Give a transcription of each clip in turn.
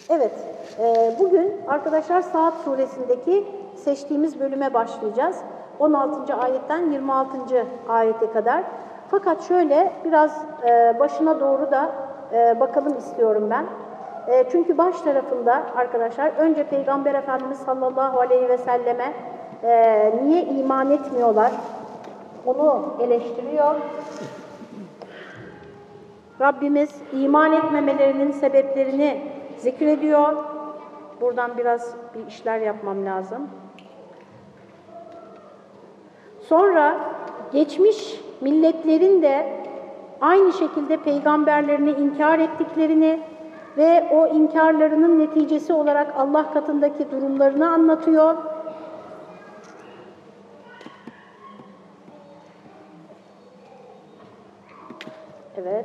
Evet, bugün arkadaşlar Saat suresindeki seçtiğimiz bölüme başlayacağız. 16. ayetten 26. ayete kadar. Fakat şöyle biraz başına doğru da bakalım istiyorum ben. Çünkü baş tarafında arkadaşlar önce Peygamber Efendimiz sallallahu aleyhi ve selleme niye iman etmiyorlar onu eleştiriyor. Rabbimiz iman etmemelerinin sebeplerini zikrediyor. Buradan biraz bir işler yapmam lazım. Sonra geçmiş milletlerin de aynı şekilde peygamberlerini inkar ettiklerini ve o inkarlarının neticesi olarak Allah katındaki durumlarını anlatıyor. Evet.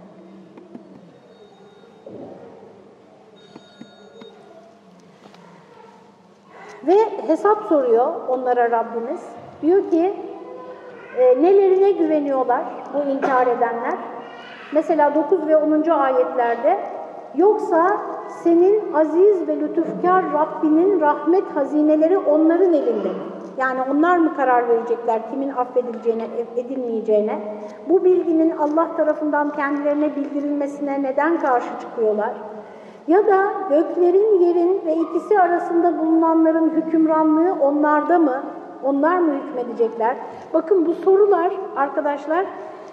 Ve hesap soruyor onlara Rabbimiz. Diyor ki nelerine güveniyorlar bu inkar edenler? Mesela 9 ve 10. ayetlerde yoksa senin aziz ve lütufkar Rabbinin rahmet hazineleri onların elinde mi? Yani onlar mı karar verecekler kimin affedileceğine, edilmeyeceğine? Bu bilginin Allah tarafından kendilerine bildirilmesine neden karşı çıkıyorlar? Ya da göklerin, yerin ve ikisi arasında bulunanların hükümranlığı onlarda mı? Onlar mı hükmedecekler? Bakın bu sorular arkadaşlar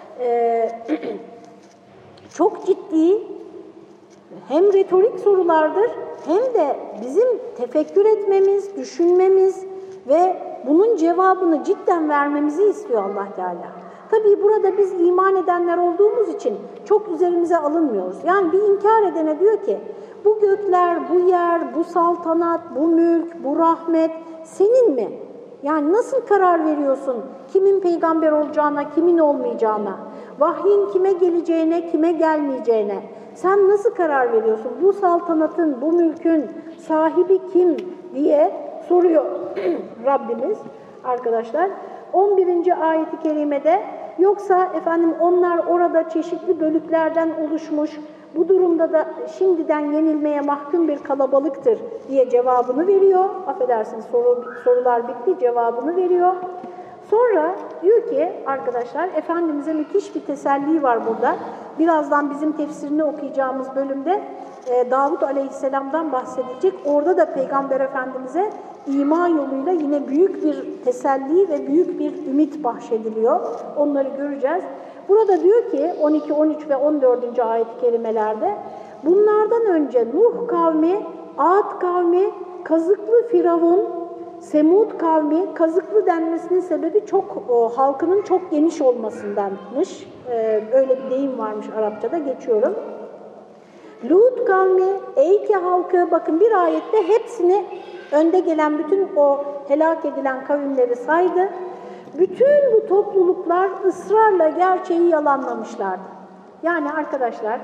çok ciddi hem retorik sorulardır hem de bizim tefekkür etmemiz, düşünmemiz ve bunun cevabını cidden vermemizi istiyor Allah Teala. Tabii burada biz iman edenler olduğumuz için çok üzerimize alınmıyoruz. Yani bir inkar edene diyor ki bu gökler, bu yer, bu saltanat, bu mülk, bu rahmet senin mi? Yani nasıl karar veriyorsun kimin peygamber olacağına, kimin olmayacağına, vahyin kime geleceğine, kime gelmeyeceğine? Sen nasıl karar veriyorsun? Bu saltanatın, bu mülkün sahibi kim diye soruyor Rabbimiz arkadaşlar. 11. ayet-i kerimede yoksa efendim onlar orada çeşitli bölüklerden oluşmuş, bu durumda da şimdiden yenilmeye mahkum bir kalabalıktır diye cevabını veriyor. Affedersiniz sorular bitti, cevabını veriyor. Sonra diyor ki arkadaşlar Efendimiz'e müthiş bir teselli var burada. Birazdan bizim tefsirini okuyacağımız bölümde Davud Aleyhisselam'dan bahsedecek. Orada da Peygamber Efendimiz'e iman yoluyla yine büyük bir teselli ve büyük bir ümit bahşediliyor. Onları göreceğiz. Burada diyor ki 12, 13 ve 14. ayet-i kerimelerde bunlardan önce Nuh kavmi, Ad kavmi, kazıklı Firavun, Semud kavmi, kazıklı denmesinin sebebi halkının çok geniş olmasındanmış. Öyle bir deyim varmış Arapçada, geçiyorum. Lut kavmi, Eyke halkı, bakın bir ayette hepsini önde gelen bütün o helak edilen kavimleri saydı. Bütün bu topluluklar ısrarla gerçeği yalanlamışlardı. Yani arkadaşlar,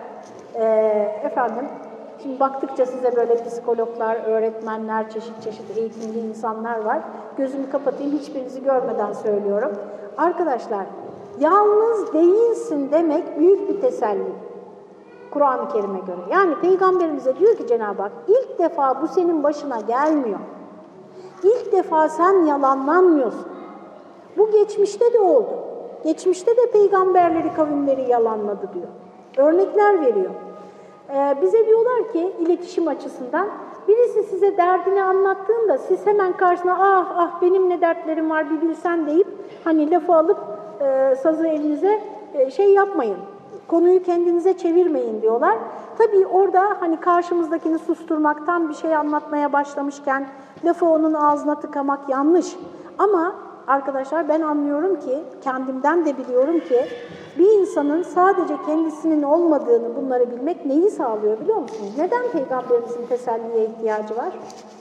şimdi baktıkça size böyle psikologlar, öğretmenler, çeşit eğitimli insanlar var. Gözümü kapatayım, hiçbirinizi görmeden söylüyorum. Arkadaşlar, yalnız değilsin demek büyük bir teselli. Kur'an-ı Kerim'e göre. Yani Peygamberimize diyor ki Cenab-ı Hak, ilk defa bu senin başına gelmiyor. İlk defa sen yalanlanmıyorsun. Bu geçmişte de oldu. Geçmişte de peygamberleri, kavimleri yalanladı diyor. Örnekler veriyor. Bize diyorlar ki iletişim açısından birisi size derdini anlattığında siz hemen karşısına ah benim ne dertlerim var bir bilsen deyip hani lafı alıp sazı elinize yapmayın. Konuyu kendinize çevirmeyin diyorlar. Tabii orada hani karşımızdakini susturmaktan bir şey anlatmaya başlamışken lafı onun ağzına tıkamak yanlış. Ama arkadaşlar ben anlıyorum ki, kendimden de biliyorum ki bir insanın sadece kendisinin olmadığını bunları bilmek neyi sağlıyor biliyor musunuz? Neden Peygamberimizin teselliye ihtiyacı var?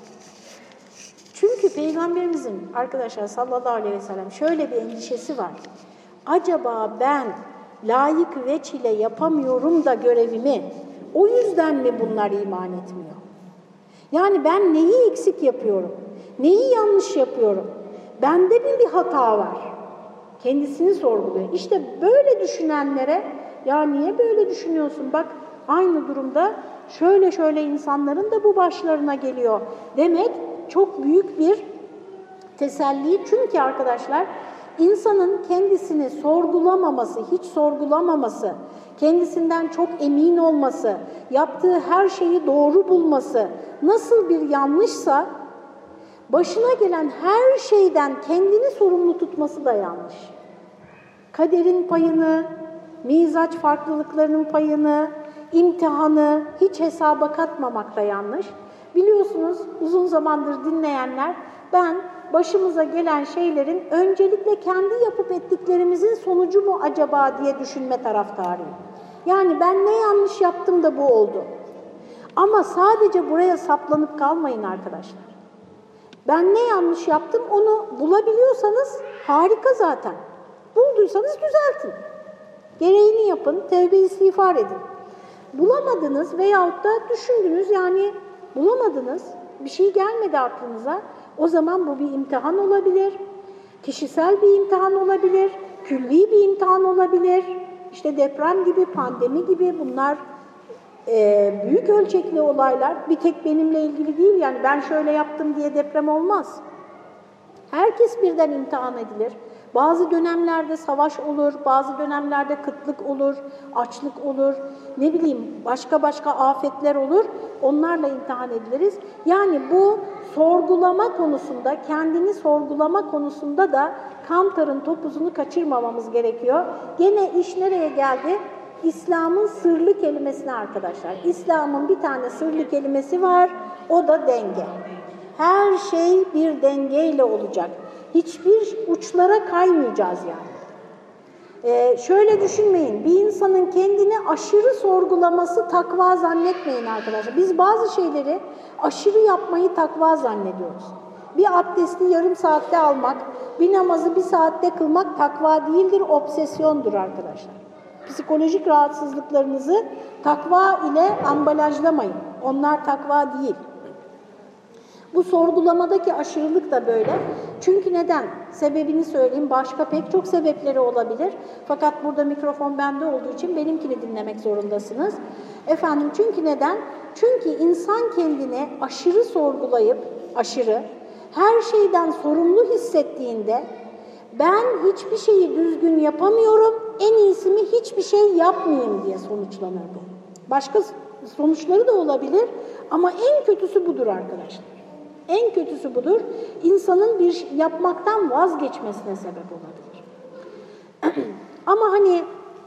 Çünkü Peygamberimizin arkadaşlar sallallahu aleyhi ve sellem şöyle bir endişesi var. Acaba ben layık veç ile yapamıyorum da görevimi, o yüzden mi bunlar iman etmiyor? Yani ben neyi eksik yapıyorum? Neyi yanlış yapıyorum? Bende mi bir hata var? Kendisini sorguluyor. İşte böyle düşünenlere ya niye böyle düşünüyorsun? Bak aynı durumda şöyle şöyle insanların da bu başlarına geliyor demek çok büyük bir teselli. Çünkü arkadaşlar insanın kendisini sorgulamaması, hiç sorgulamaması, kendisinden çok emin olması, yaptığı her şeyi doğru bulması nasıl bir yanlışsa, başına gelen her şeyden kendini sorumlu tutması da yanlış. Kaderin payını, mizaç farklılıklarının payını, imtihanı hiç hesaba katmamak da yanlış. Biliyorsunuz uzun zamandır dinleyenler, ben başımıza gelen şeylerin öncelikle kendi yapıp ettiklerimizin sonucu mu acaba diye düşünme taraftarıyım. Yani ben ne yanlış yaptım da bu oldu. Ama sadece buraya saplanıp kalmayın arkadaşlar. Ben ne yanlış yaptım onu bulabiliyorsanız harika zaten. Bulduysanız düzeltin. Gereğini yapın, tevbe istiğfar edin. Bulamadınız veyahut da düşündünüz yani bulamadınız, bir şey gelmedi aklınıza. O zaman bu bir imtihan olabilir, kişisel bir imtihan olabilir, külli bir imtihan olabilir. İşte deprem gibi, pandemi gibi bunlar büyük ölçekli olaylar. Bir tek benimle ilgili değil yani ben şöyle yaptım diye deprem olmaz. Herkes birden imtihan edilir. Bazı dönemlerde savaş olur, bazı dönemlerde kıtlık olur, açlık olur, ne bileyim başka afetler olur. Onlarla imtihan ediliriz. Yani bu sorgulama konusunda, kendini sorgulama konusunda da Kantar'ın topuzunu kaçırmamamız gerekiyor. Gene iş nereye geldi? İslam'ın sırlı kelimesine arkadaşlar. İslam'ın bir tane sırlı kelimesi var, o da denge. Her şey bir dengeyle olacak. Hiçbir uçlara kaymayacağız yani. Şöyle düşünmeyin, bir insanın kendini aşırı sorgulaması takva zannetmeyin arkadaşlar. Biz bazı şeyleri aşırı yapmayı takva zannediyoruz. Bir abdesti yarım saatte almak, bir namazı bir saatte kılmak takva değildir, obsesyondur arkadaşlar. Psikolojik rahatsızlıklarınızı takva ile ambalajlamayın. Onlar takva değil. Bu sorgulamadaki aşırılık da böyle. Çünkü neden? Sebebini söyleyeyim. Başka pek çok sebepleri olabilir. Fakat burada mikrofon bende olduğu için benimkini dinlemek zorundasınız. Efendim çünkü neden? Çünkü insan kendini aşırı sorgulayıp, her şeyden sorumlu hissettiğinde ben hiçbir şeyi düzgün yapamıyorum, en iyisi mi hiçbir şey yapmayayım diye sonuçlanır bu. Başka sonuçları da olabilir ama en kötüsü budur arkadaşlar. En kötüsü budur. İnsanın bir yapmaktan vazgeçmesine sebep olabilir. Ama hani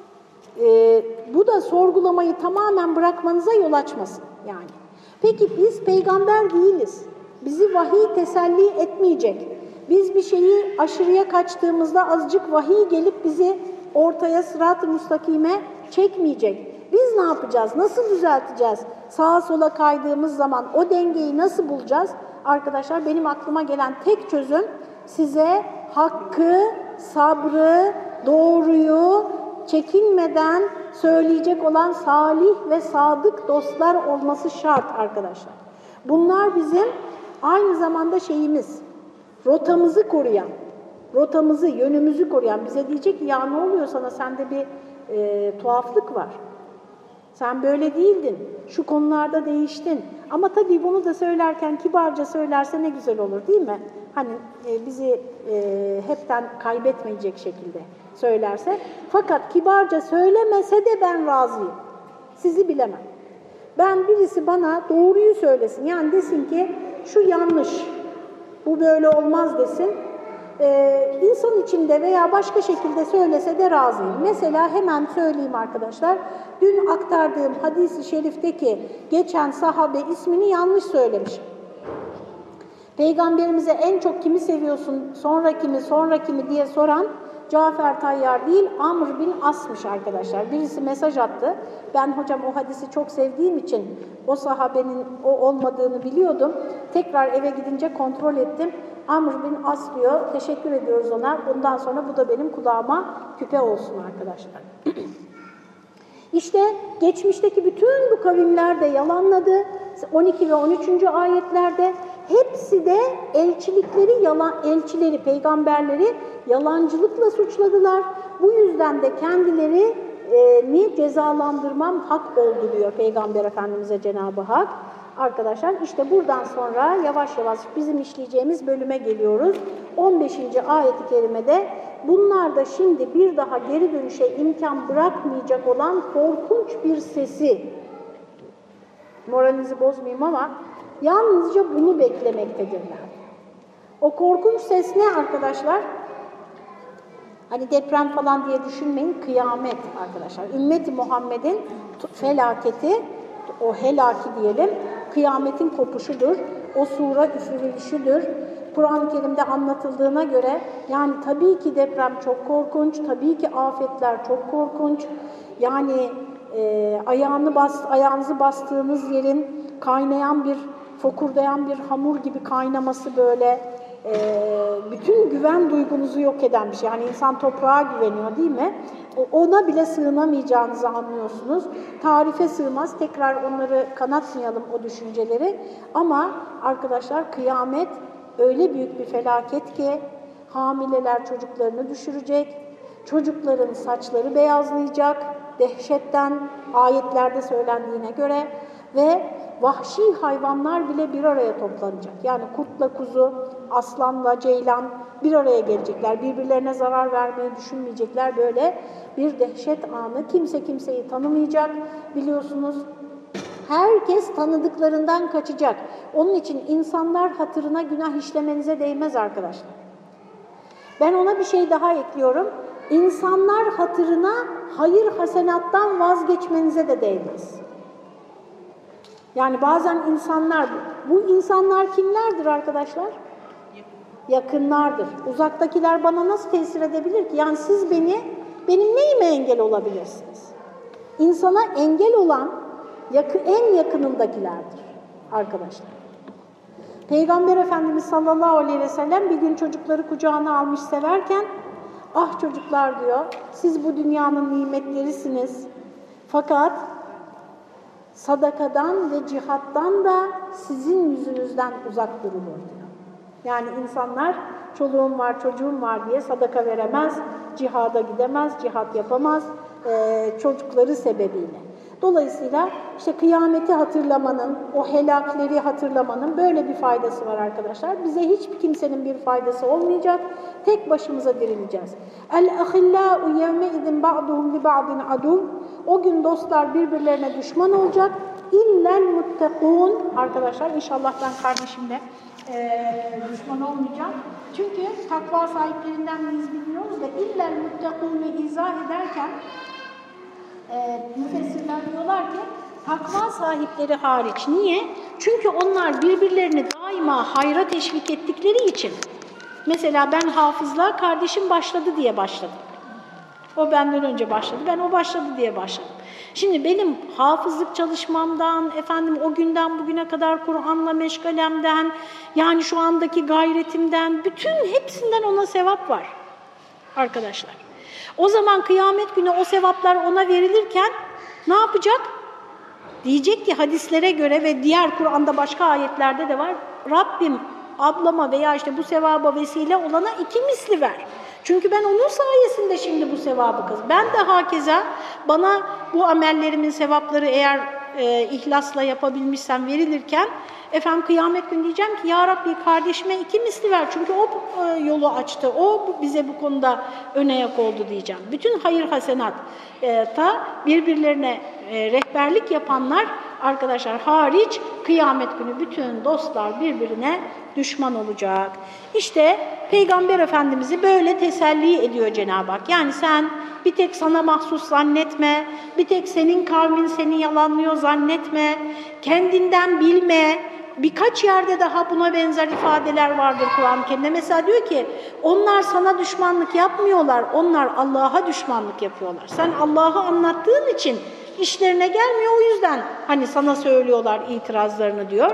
bu da sorgulamayı tamamen bırakmanıza yol açmasın yani. Peki biz peygamber değiliz. Bizi vahiy teselli etmeyecek. Biz bir şeyi aşırıya kaçtığımızda azıcık vahiy gelip bizi ortaya sırat-ı müstakime çekmeyecek. Biz ne yapacağız? Nasıl düzelteceğiz? Sağa sola kaydığımız zaman o dengeyi nasıl bulacağız? Arkadaşlar benim aklıma gelen tek çözüm size hakkı, sabrı, doğruyu çekinmeden söyleyecek olan salih ve sadık dostlar olması şart arkadaşlar. Bunlar bizim aynı zamanda şeyimiz, rotamızı koruyan, yönümüzü koruyan. Bize diyecek ki ya ne oluyor sana, sende bir tuhaflık var. Sen böyle değildin, şu konularda değiştin. Ama tabii bunu da söylerken kibarca söylerse ne güzel olur değil mi? Hani bizi hepten kaybetmeyecek şekilde söylerse. Fakat kibarca söylemese de ben razıyım. Sizi bilemem. Ben birisi bana doğruyu söylesin. Yani desin ki şu yanlış, bu böyle olmaz desin. İnsan içinde veya başka şekilde söylese de razıyım. Mesela hemen söyleyeyim arkadaşlar. Dün aktardığım hadis-i şerifteki geçen sahabe ismini yanlış söylemişim. Peygamberimize en çok kimi seviyorsun, sonra kimi diye soran Cafer Tayyar değil, Amr bin As'mış arkadaşlar. Birisi mesaj attı. Ben hocam o hadisi çok sevdiğim için o sahabenin o olmadığını biliyordum. Tekrar eve gidince kontrol ettim. Amr bin As diyor. Teşekkür ediyoruz ona. Bundan sonra bu da benim kulağıma küpe olsun arkadaşlar. İşte geçmişteki bütün bu kavimler de yalanladı. 12 ve 13. ayetlerde hepsi de elçileri, peygamberleri yalancılıkla suçladılar. Bu yüzden de kendileri ni cezalandırmam hak oldu diyor Peygamber Efendimiz'e Cenab-ı Hak. Arkadaşlar işte buradan sonra yavaş yavaş bizim işleyeceğimiz bölüme geliyoruz. 15. ayet-i kerimede bunlar da şimdi bir daha geri dönüşe imkan bırakmayacak olan korkunç bir sesi, moralinizi bozmayayım ama yalnızca bunu beklemektedirler. O korkunç ses ne arkadaşlar? Hani deprem falan diye düşünmeyin, kıyamet arkadaşlar. Ümmeti Muhammed'in felaketi, o helaki diyelim, kıyametin kopuşudur. O sura üfürülüşüdür. Kur'an-ı Kerim'de anlatıldığına göre yani tabii ki deprem çok korkunç, tabii ki afetler çok korkunç. Yani ayağınızı bastığınız yerin kaynayan bir, fokurdayan bir hamur gibi kaynaması böyle bütün güven duygunuzu yok eden bir şey. Yani insan toprağa güveniyor değil mi? Ona bile sığınamayacağınızı anlıyorsunuz. Tarife sığmaz. Tekrar onları kanatmayalım o düşünceleri. Ama arkadaşlar kıyamet öyle büyük bir felaket ki hamileler çocuklarını düşürecek. Çocukların saçları beyazlayacak. Dehşetten ayetlerde söylendiğine göre ve vahşi hayvanlar bile bir araya toplanacak. Yani kurtla kuzu, aslanla ceylan bir araya gelecekler. Birbirlerine zarar vermeyi düşünmeyecekler. Böyle bir dehşet anı. Kimse kimseyi tanımayacak. Biliyorsunuz herkes tanıdıklarından kaçacak. Onun için insanlar hatırına günah işlemenize değmez arkadaşlar. Ben ona bir şey daha ekliyorum. İnsanlar hatırına hayır hasenattan vazgeçmenize de değmez. Yani bazen insanlar, bu insanlar kimlerdir arkadaşlar? Yakınlardır. Uzaktakiler bana nasıl tesir edebilir ki? Yani siz benim neyime engel olabilirsiniz? İnsana engel olan en yakınındakilerdir arkadaşlar. Peygamber Efendimiz sallallahu aleyhi ve sellem bir gün çocukları kucağına almış severken, ah çocuklar diyor, siz bu dünyanın nimetlerisiniz. Fakat sadakadan ve cihattan da sizin yüzünüzden uzak durulur diyor. Yani insanlar çoluğum var, çocuğum var diye sadaka veremez, cihada gidemez, cihat yapamaz çocukları sebebiyle. Dolayısıyla işte kıyameti hatırlamanın, o helakleri hatırlamanın böyle bir faydası var arkadaşlar. Bize hiçbir kimsenin bir faydası olmayacak. Tek başımıza dirileceğiz. El-ahillâ'u yevme-idin ba'duhum li ba'din aduv. O gün dostlar birbirlerine düşman olacak. İllel muttekûn. Arkadaşlar inşallah ben kardeşimle düşman olmayacağım. Çünkü takva sahiplerinden biz biliyoruz da illel muttekûn'u izah ederken müfessirler diyorlar ki takva sahipleri hariç. Niye? Çünkü onlar birbirlerini daima hayra teşvik ettikleri için. Mesela ben hafızlığa kardeşim başladı diye başladım. O benden önce başladı, ben o başladı diye başladım. Şimdi benim hafızlık çalışmamdan, o günden bugüne kadar Kur'an'la meşgalemden, yani şu andaki gayretimden, bütün hepsinden ona sevap var arkadaşlar. O zaman kıyamet günü o sevaplar ona verilirken ne yapacak? Diyecek ki hadislere göre ve diğer Kur'an'da başka ayetlerde de var. Rabbim ablama veya işte bu sevaba vesile olana 2 misli ver. Çünkü ben onun sayesinde şimdi bu sevabı kazandım. Ben de hakeza bana bu amellerimin sevapları eğer ihlasla yapabilmişsem verilirken kıyamet günü diyeceğim ki ya Rabbi kardeşime 2 misli ver. Çünkü o yolu açtı, o bize bu konuda ön ayak oldu diyeceğim. Bütün hayır hasenata birbirlerine rehberlik yapanlar arkadaşlar hariç kıyamet günü bütün dostlar birbirine düşman olacak. İşte Peygamber Efendimiz'i böyle teselli ediyor Cenab-ı Hak. Yani sen bir tek sana mahsus zannetme, bir tek senin kavmin seni yalanlıyor zannetme, kendinden bilme. Birkaç yerde daha buna benzer ifadeler vardır Kur'an-ı Kerim'de. Mesela diyor ki onlar sana düşmanlık yapmıyorlar, onlar Allah'a düşmanlık yapıyorlar. Sen Allah'ı anlattığın için işlerine gelmiyor, o yüzden sana söylüyorlar itirazlarını diyor.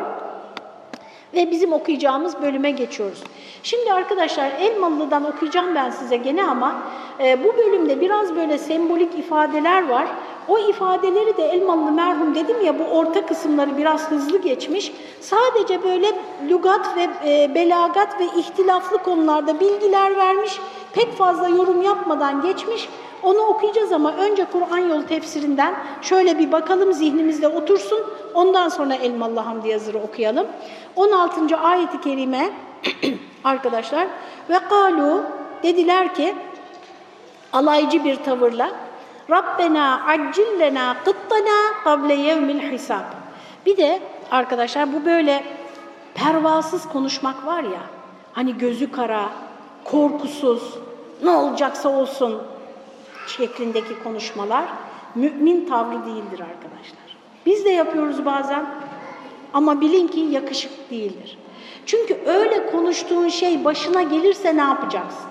Ve bizim okuyacağımız bölüme geçiyoruz. Şimdi arkadaşlar Elmalı'dan okuyacağım ben size gene ama bu bölümde biraz böyle sembolik ifadeler var. O ifadeleri de Elmalı merhum dedim ya, bu orta kısımları biraz hızlı geçmiş. Sadece böyle lügat ve belagat ve ihtilaflı konularda bilgiler vermiş. Pek fazla yorum yapmadan geçmiş. Onu okuyacağız ama önce Kur'an yolu tefsirinden şöyle bir bakalım, zihnimizde otursun. Ondan sonra Elmalı Hamdi Yazır'ı okuyalım. 16. ayet-i kerime arkadaşlar, ve kalu, dediler ki alaycı bir tavırla, Rabbena accillena kıttana kable yevmil hisab. Bir de arkadaşlar bu böyle pervasız konuşmak var ya, hani gözü kara, korkusuz, ne olacaksa olsun şeklindeki konuşmalar mümin tavrı değildir arkadaşlar. Biz de yapıyoruz bazen ama bilin ki yakışık değildir. Çünkü öyle konuştuğun şey başına gelirse ne yapacaksın?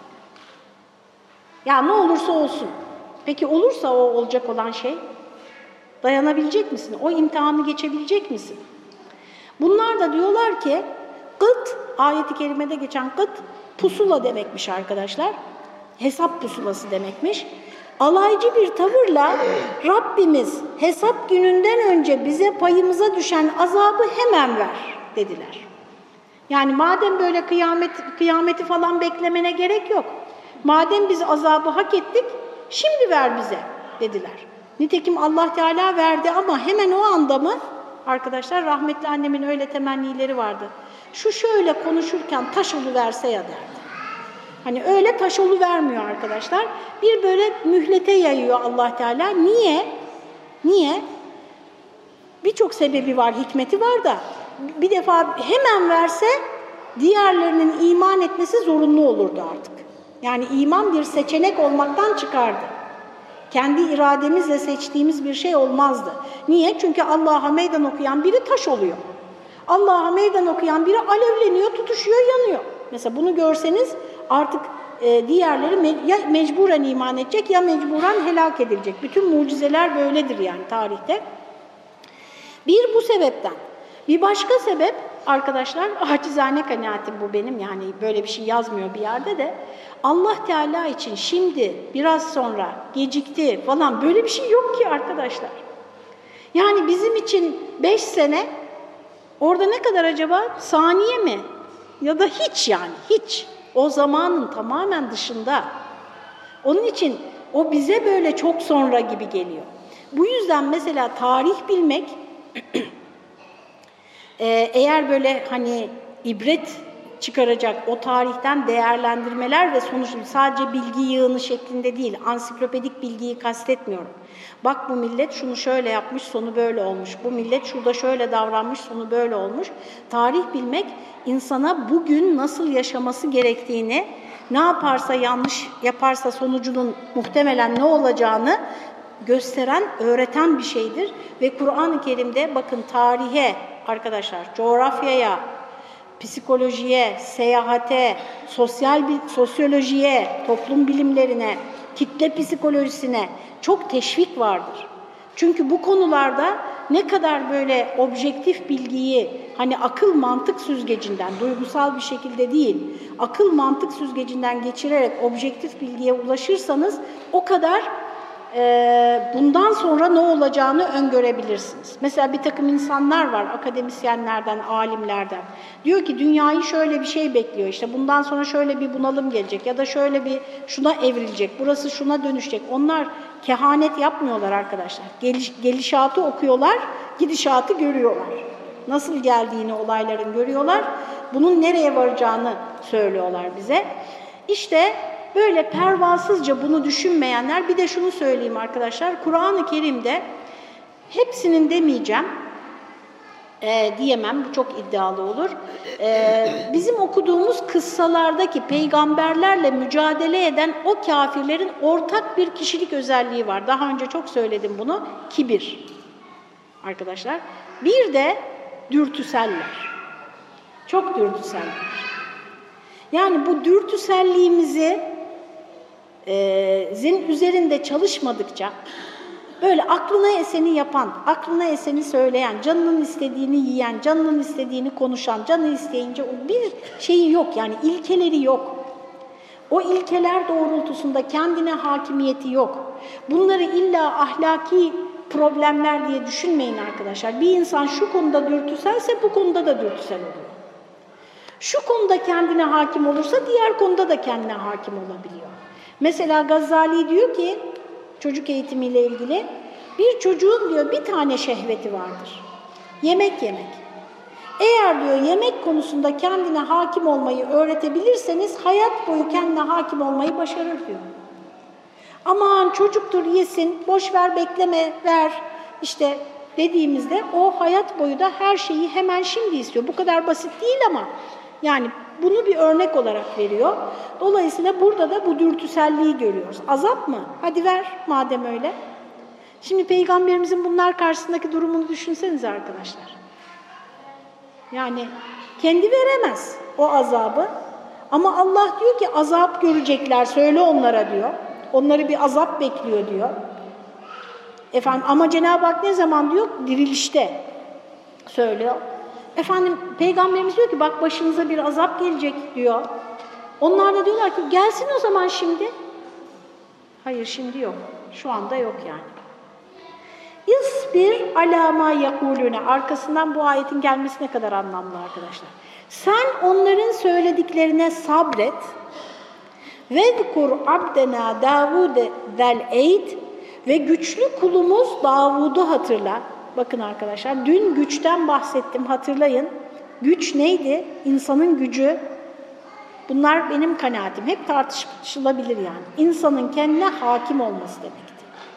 Ya ne olursa olsun. Peki olursa o olacak olan şey, dayanabilecek misin? O imtihanı geçebilecek misin? Bunlar da diyorlar ki kıt, ayet-i kerimede geçen kıt pusula demekmiş arkadaşlar. Hesap pusulası demekmiş. Alaycı bir tavırla Rabbimiz hesap gününden önce bize payımıza düşen azabı hemen ver dediler. Yani madem böyle kıyameti falan beklemene gerek yok. Madem biz azabı hak ettik, şimdi ver bize dediler. Nitekim Allah Teala verdi ama hemen o anda mı? Arkadaşlar rahmetli annemin öyle temennileri vardı. Şu şöyle konuşurken taş oluverse ya derdi. Hani öyle taş oluvermiyor arkadaşlar. Bir böyle mühlete yayıyor Allah Teala. Niye? Birçok sebebi var, hikmeti var da bir defa hemen verse diğerlerinin iman etmesi zorunlu olurdu artık. Yani iman bir seçenek olmaktan çıkardı. Kendi irademizle seçtiğimiz bir şey olmazdı. Niye? Çünkü Allah'a meydan okuyan biri taş oluyor. Allah'a meydan okuyan biri alevleniyor, tutuşuyor, yanıyor. Mesela bunu görseniz artık diğerleri ya mecburen iman edecek ya mecburen helak edilecek. Bütün mucizeler böyledir yani tarihte. Bir bu sebepten. Bir başka sebep arkadaşlar, acizane kanaatim bu benim, yani böyle bir şey yazmıyor bir yerde de, Allah Teala için şimdi biraz sonra gecikti falan böyle bir şey yok ki arkadaşlar. Yani bizim için 5 sene orada ne kadar acaba? Saniye mi? Ya da hiç, yani hiç. O zamanın tamamen dışında. Onun için o bize böyle çok sonra gibi geliyor. Bu yüzden mesela tarih bilmek eğer böyle hani ibret çıkaracak o tarihten değerlendirmeler ve sonuçta sadece bilgi yığını şeklinde değil, ansiklopedik bilgiyi kastetmiyorum. Bak bu millet şunu şöyle yapmış, sonu böyle olmuş. Bu millet şurada şöyle davranmış, sonu böyle olmuş. Tarih bilmek insana bugün nasıl yaşaması gerektiğini, ne yaparsa yanlış yaparsa sonucunun muhtemelen ne olacağını gösteren, öğreten bir şeydir. Ve Kur'an-ı Kerim'de bakın tarihe arkadaşlar, coğrafyaya, psikolojiye, seyahate, sosyolojiye, toplum bilimlerine, kitle psikolojisine çok teşvik vardır. Çünkü bu konularda ne kadar böyle objektif bilgiyi, hani akıl mantık süzgecinden, duygusal bir şekilde değil, akıl mantık süzgecinden geçirerek objektif bilgiye ulaşırsanız o kadar bundan sonra ne olacağını öngörebilirsiniz. Mesela bir takım insanlar var, akademisyenlerden, alimlerden. Diyor ki dünyayı şöyle bir şey bekliyor, işte bundan sonra şöyle bir bunalım gelecek ya da şöyle bir şuna evrilecek, burası şuna dönüşecek. Onlar kehanet yapmıyorlar arkadaşlar. Gelişatı okuyorlar, gidişatı görüyorlar. Nasıl geldiğini olayların görüyorlar, bunun nereye varacağını söylüyorlar bize. İşte böyle pervasızca bunu düşünmeyenler, bir de şunu söyleyeyim arkadaşlar, Kur'an-ı Kerim'de hepsinin demeyeceğim, diyemem, bu çok iddialı olur. Bizim okuduğumuz kıssalardaki peygamberlerle mücadele eden o kafirlerin ortak bir kişilik özelliği var. Daha önce çok söyledim bunu, kibir arkadaşlar. Bir de dürtüseller, çok dürtüseller. Yani bu dürtüselliğimizi zin üzerinde çalışmadıkça böyle aklına eseni yapan, aklına eseni söyleyen, canının istediğini yiyen, canının istediğini konuşan, canı isteyince bir şeyi yok, yani ilkeleri yok. O ilkeler doğrultusunda kendine hakimiyeti yok. Bunları illa ahlaki problemler diye düşünmeyin arkadaşlar. Bir insan şu konuda dürtüselse bu konuda da dürtüsel oluyor. Şu konuda kendine hakim olursa diğer konuda da kendine hakim olabiliyor. Mesela Gazali diyor ki çocuk eğitimiyle ilgili, bir çocuğun diyor bir tane şehveti vardır. Yemek yemek. Eğer diyor yemek konusunda kendine hakim olmayı öğretebilirseniz hayat boyu kendine hakim olmayı başarır diyor. Aman çocuktur yesin, boş ver, bekleme, ver işte dediğimizde o hayat boyu da her şeyi hemen şimdi istiyor. Bu kadar basit değil ama yani bunu bir örnek olarak veriyor. Dolayısıyla burada da bu dürtüselliği görüyoruz. Azap mı? Hadi ver madem öyle. Şimdi Peygamberimizin bunlar karşısındaki durumunu düşünsenize arkadaşlar. Yani kendi veremez o azabı ama Allah diyor ki azap görecekler, söyle onlara diyor. Onları bir azap bekliyor diyor. Efendim ama Cenab-ı Hak ne zaman diyor? Dirilişte söylüyor. Efendim Peygamberimiz diyor ki bak başınıza bir azap gelecek diyor. Onlar da diyorlar ki gelsin o zaman şimdi. Hayır şimdi yok. Şu anda yok yani. İsbir alâ mâ yekûlûne. Arkasından bu ayetin gelmesi ne kadar anlamlı arkadaşlar. Sen onların söylediklerine sabret. Vezkur abdena Davud zel eyd ve güçlü kulumuz Davud'u hatırla. Bakın arkadaşlar dün güçten bahsettim, hatırlayın. Güç neydi? İnsanın gücü. Bunlar benim kanaatim. Hep tartışılabilir yani. İnsanın kendine hakim olması demekti.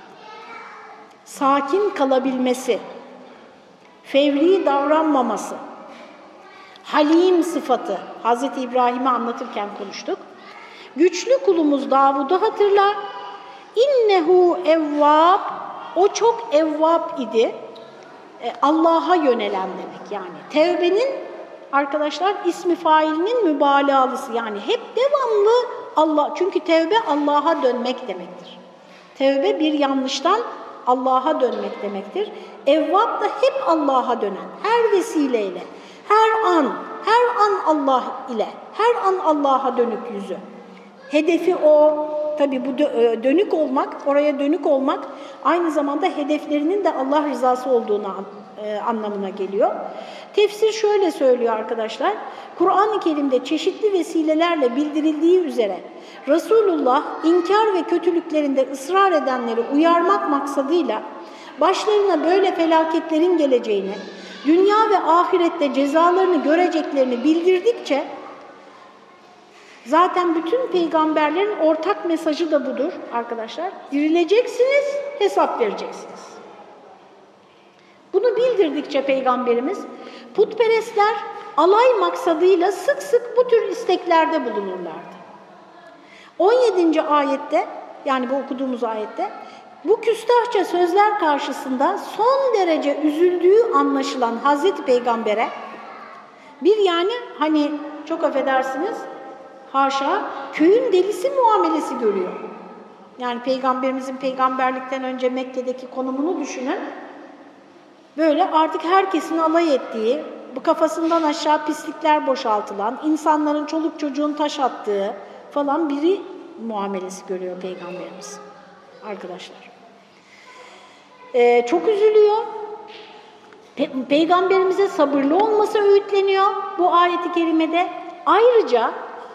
Sakin kalabilmesi, fevri davranmaması, halim sıfatı, Hazreti İbrahim'i anlatırken konuştuk. Güçlü kulumuz Davud'u hatırla. İnnehu evvab, o çok evvab idi. Allah'a yönelen demek yani. Tevbenin arkadaşlar ismi failinin mübalağalısı yani hep devamlı Allah. Çünkü tevbe Allah'a dönmek demektir. Tevbe bir yanlıştan Allah'a dönmek demektir. Evvab da hep Allah'a dönen, her vesileyle, her an Allah ile, her an Allah'a dönük yüzü. Hedefi o. Tabii bu dönük olmak, oraya dönük olmak aynı zamanda hedeflerinin de Allah rızası olduğunu anlamına geliyor. Tefsir şöyle söylüyor arkadaşlar. Kur'an-ı Kerim'de çeşitli vesilelerle bildirildiği üzere Resulullah inkar ve kötülüklerinde ısrar edenleri uyarmak maksadıyla başlarına böyle felaketlerin geleceğini, dünya ve ahirette cezalarını göreceklerini bildirdikçe zaten bütün peygamberlerin ortak mesajı da budur arkadaşlar. Dirileceksiniz, hesap vereceksiniz. Bunu bildirdikçe Peygamberimiz, putperestler alay maksadıyla sık sık bu tür isteklerde bulunurlardı. 17. ayette, yani bu okuduğumuz ayette, bu küstahça sözler karşısında son derece üzüldüğü anlaşılan Hazreti Peygamber'e bir yani hani çok affedersiniz, haşa köyün delisi muamelesi görüyor. Yani Peygamberimizin peygamberlikten önce Mekke'deki konumunu düşünün. Böyle artık herkesin alay ettiği, bu kafasından aşağı pislikler boşaltılan, insanların çoluk çocuğun taş attığı falan biri muamelesi görüyor Peygamberimiz. Arkadaşlar. Çok üzülüyor. Peygamberimize sabırlı olması öğütleniyor bu ayet-i kerimede. Ayrıca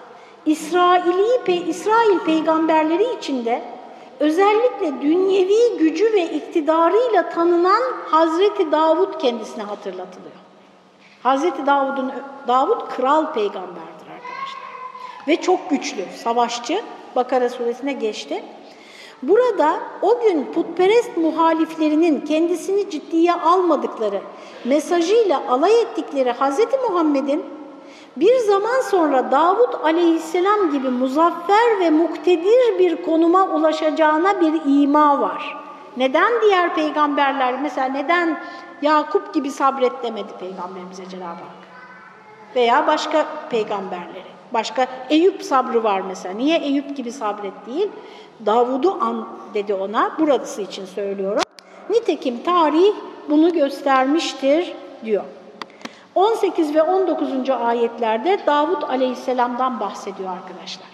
İsrail peygamberleri içinde özellikle dünyevi gücü ve iktidarıyla tanınan Hazreti Davud kendisine hatırlatılıyor. Hazreti Davud kral peygamberdir arkadaşlar. Ve çok güçlü, savaşçı. Bakara suresine geçti. Burada o gün putperest muhaliflerinin kendisini ciddiye almadıkları, mesajıyla alay ettikleri Hazreti Muhammed'in bir zaman sonra Davud aleyhisselam gibi muzaffer ve muktedir bir konuma ulaşacağına bir ima var. Neden diğer peygamberler, mesela neden Yakup gibi sabret demedi Peygamberimize Cenab-ı Hak? Veya başka peygamberleri. Başka Eyüp sabrı var mesela. Niye Eyüp gibi sabret değil? Davud'u an dedi ona. Burası için söylüyorum. Nitekim tarih bunu göstermiştir diyor. 18 ve 19. ayetlerde Davud aleyhisselamdan bahsediyor arkadaşlar.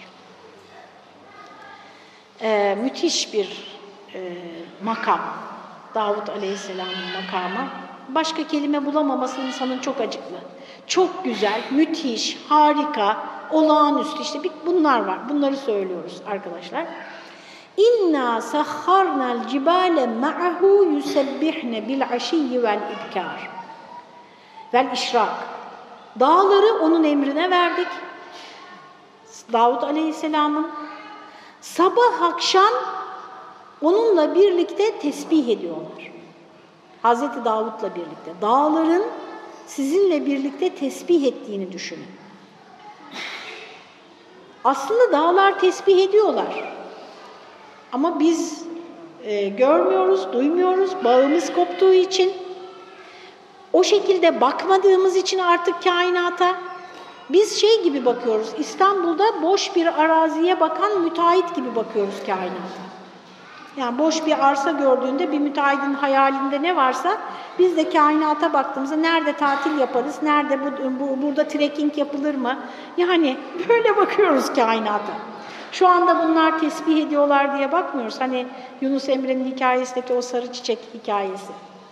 Müthiş bir makam. Davud aleyhisselamın makamı. Başka kelime bulamaması insanın çok acıklı. Çok güzel, müthiş, harika, olağanüstü işte bunlar var. Bunları söylüyoruz arkadaşlar. İnna sahharnal cibale ma'ahu yusebbihne bil aşiyyi vel ibkar vel işrak. Dağları onun emrine verdik. Davud Aleyhisselam'ın sabah akşam onunla birlikte tesbih ediyorlar. Hazreti Davud'la birlikte. Dağların sizinle birlikte tesbih ettiğini düşünün. Aslında dağlar tesbih ediyorlar. Ama biz görmüyoruz, duymuyoruz. Bağımız koptuğu için, o şekilde bakmadığımız için artık kainata, biz şey gibi bakıyoruz. İstanbul'da boş bir araziye bakan müteahhit gibi bakıyoruz kainata. Yani boş bir arsa gördüğünde bir müteahhitin hayalinde ne varsa biz de kainata baktığımızda nerede tatil yaparız, nerede burada trekking yapılır mı? Yani böyle bakıyoruz kainata. Şu anda bunlar tesbih ediyorlar diye bakmıyoruz. Hani Yunus Emre'nin hikayesindeki o sarı çiçek hikayesi.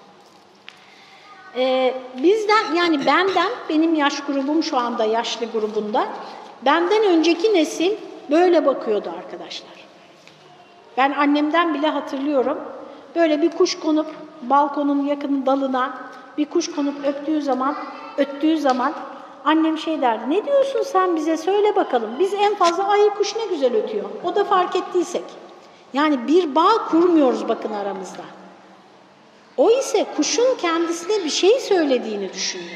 Bizden, yani benim yaş grubum şu anda yaşlı grubunda, benden önceki nesil böyle bakıyordu arkadaşlar. Ben annemden bile hatırlıyorum. Böyle bir kuş konup balkonun yakın dalına bir kuş konup öttüğü zaman annem şey derdi. Ne diyorsun sen bize, söyle bakalım. Biz en fazla ay kuş ne güzel ötüyor. O da fark ettiysek. Yani bir bağ kurmuyoruz bakın aramızda. O ise kuşun kendisine bir şey söylediğini düşünüyor.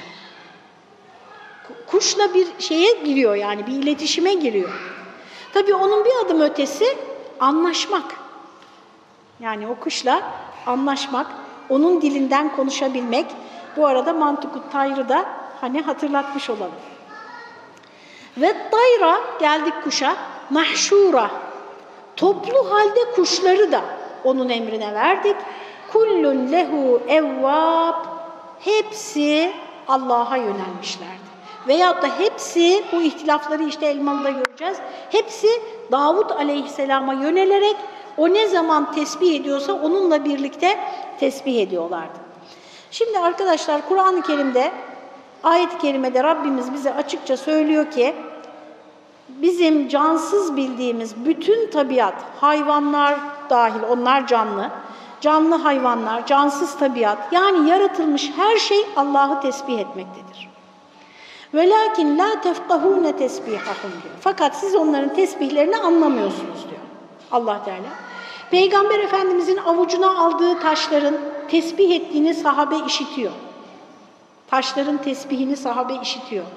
Kuşla bir şeye giriyor, yani bir iletişime giriyor. Tabii onun bir adım ötesi anlaşmak. Yani o kuşla anlaşmak, onun dilinden konuşabilmek. Bu arada Mantıkut Tayr'ı da hani hatırlatmış olalım. Ve tayra, geldik kuşa, mahşura, toplu halde kuşları da onun emrine verdik. Kullun lehu evvab, hepsi Allah'a yönelmişlerdi. Veyahut da hepsi, bu ihtilafları işte Elmalı'da göreceğiz, hepsi Davud Aleyhisselam'a yönelerek o ne zaman tesbih ediyorsa onunla birlikte tesbih ediyorlardı. Şimdi arkadaşlar Kur'an-ı Kerim'de, ayet-i kerimede Rabbimiz bize açıkça söylüyor ki bizim cansız bildiğimiz bütün tabiat, hayvanlar dahil, onlar canlı hayvanlar, cansız tabiat, yani yaratılmış her şey Allah'ı tesbih etmektedir. وَلَاكِنْ لَا تَفْقَهُونَ تَسْبِيحَهُمْ diyor. Fakat siz onların tesbihlerini anlamıyorsunuz diyor Allah Teala. Peygamber Efendimizin avucuna aldığı taşların tesbih ettiğini sahabe işitiyor. Taşların tesbihini sahabe işitiyor.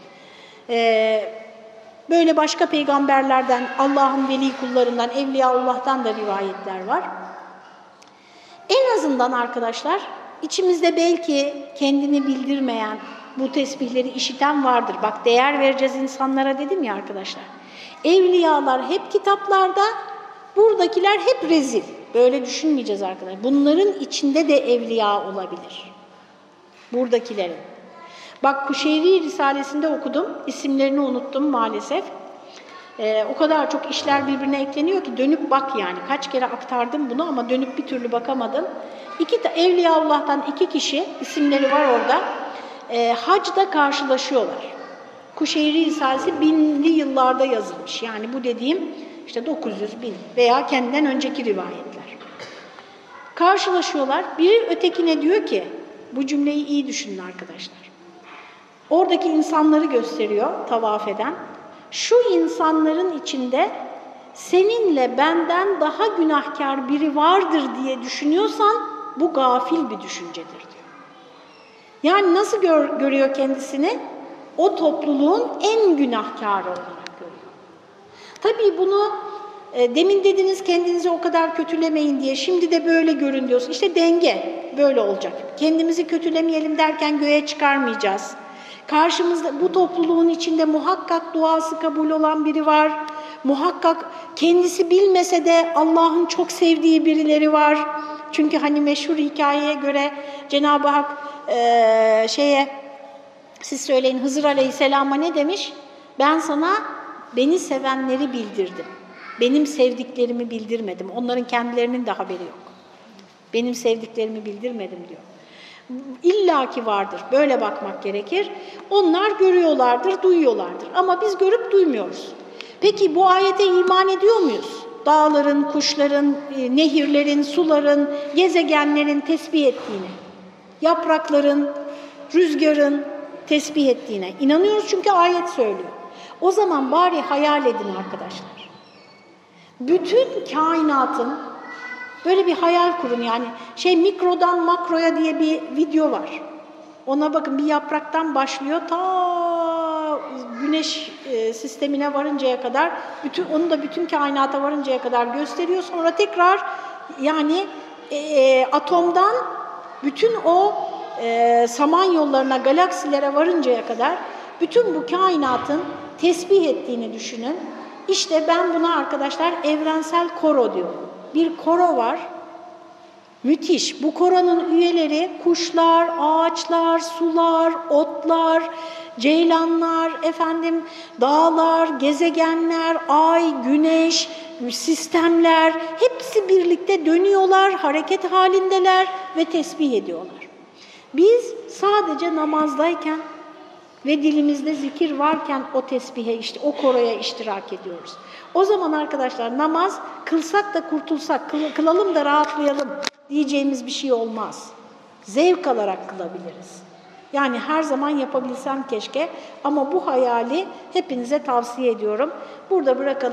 Böyle başka peygamberlerden, Allah'ın veli kullarından, Evliyaullah'tan da rivayetler var. En azından arkadaşlar, içimizde belki kendini bildirmeyen, bu tesbihleri işiten vardır. Bak, değer vereceğiz insanlara dedim ya arkadaşlar. Evliyalar hep kitaplarda, buradakiler hep rezil. Böyle düşünmeyeceğiz arkadaşlar. Bunların içinde de evliya olabilir. Buradakilerin. Bak, Kuşeyri Risalesi'nde okudum. İsimlerini unuttum maalesef. O kadar çok işler birbirine ekleniyor ki dönüp bak yani. Kaç kere aktardım bunu ama dönüp bir türlü bakamadım. Evliyaullah'tan 2 kişi, isimleri var orada. Hacda karşılaşıyorlar. Kuşeyri Risalesi 1000'li yıllarda yazılmış. Yani bu dediğim işte 900, 1000 veya kendinden önceki rivayetler. Karşılaşıyorlar. Biri ötekine diyor ki, bu cümleyi iyi düşünün arkadaşlar. Oradaki insanları gösteriyor tavaf eden. Şu insanların içinde seninle benden daha günahkar biri vardır diye düşünüyorsan bu gafil bir düşüncedir diyor. Yani nasıl görüyor kendisini? O topluluğun en günahkarı olarak görüyor. Tabii bunu demin dediniz kendinizi o kadar kötülemeyin diye, şimdi de böyle görün diyorsun. İşte denge böyle olacak. Kendimizi kötülemeyelim derken göğe çıkarmayacağız. Karşımızda bu topluluğun içinde muhakkak duası kabul olan biri var. Muhakkak kendisi bilmese de Allah'ın çok sevdiği birileri var. Çünkü hani meşhur hikayeye göre Cenab-ı Hak siz söyleyin, Hızır Aleyhisselam'a ne demiş? Ben sana beni sevenleri bildirdim. Benim sevdiklerimi bildirmedim. Onların kendilerinin de haberi yok. Benim sevdiklerimi bildirmedim diyor. İllaki vardır. Böyle bakmak gerekir. Onlar görüyorlardır, duyuyorlardır. Ama biz görüp duymuyoruz. Peki bu ayete iman ediyor muyuz? Dağların, kuşların, nehirlerin, suların, gezegenlerin tesbih ettiğine, yaprakların, rüzgarın tesbih ettiğine inanıyoruz çünkü ayet söylüyor. O zaman bari hayal edin arkadaşlar. Bütün kainatın, böyle bir hayal kurun yani mikrodan makroya diye bir video var. Ona bakın, bir yapraktan başlıyor ta güneş sistemine varıncaya kadar, onu da bütün kainata varıncaya kadar gösteriyor. Sonra tekrar atomdan bütün o samanyollarına, galaksilere varıncaya kadar bütün bu kainatın tesbih ettiğini düşünün. İşte ben buna arkadaşlar evrensel koro diyorum. Bir koro var. Müthiş. Bu koronun üyeleri kuşlar, ağaçlar, sular, otlar, ceylanlar, dağlar, gezegenler, ay, güneş, sistemler hepsi birlikte dönüyorlar, hareket halindeler ve tesbih ediyorlar. Biz sadece namazdayken ve dilimizde zikir varken o tesbihe, o koroya iştirak ediyoruz. O zaman arkadaşlar namaz kılsak da kurtulsak, kılalım da rahatlayalım diyeceğimiz bir şey olmaz. Zevk alarak kılabiliriz. Yani her zaman yapabilsem keşke, ama bu hayali hepinize tavsiye ediyorum. Burada bırakalım.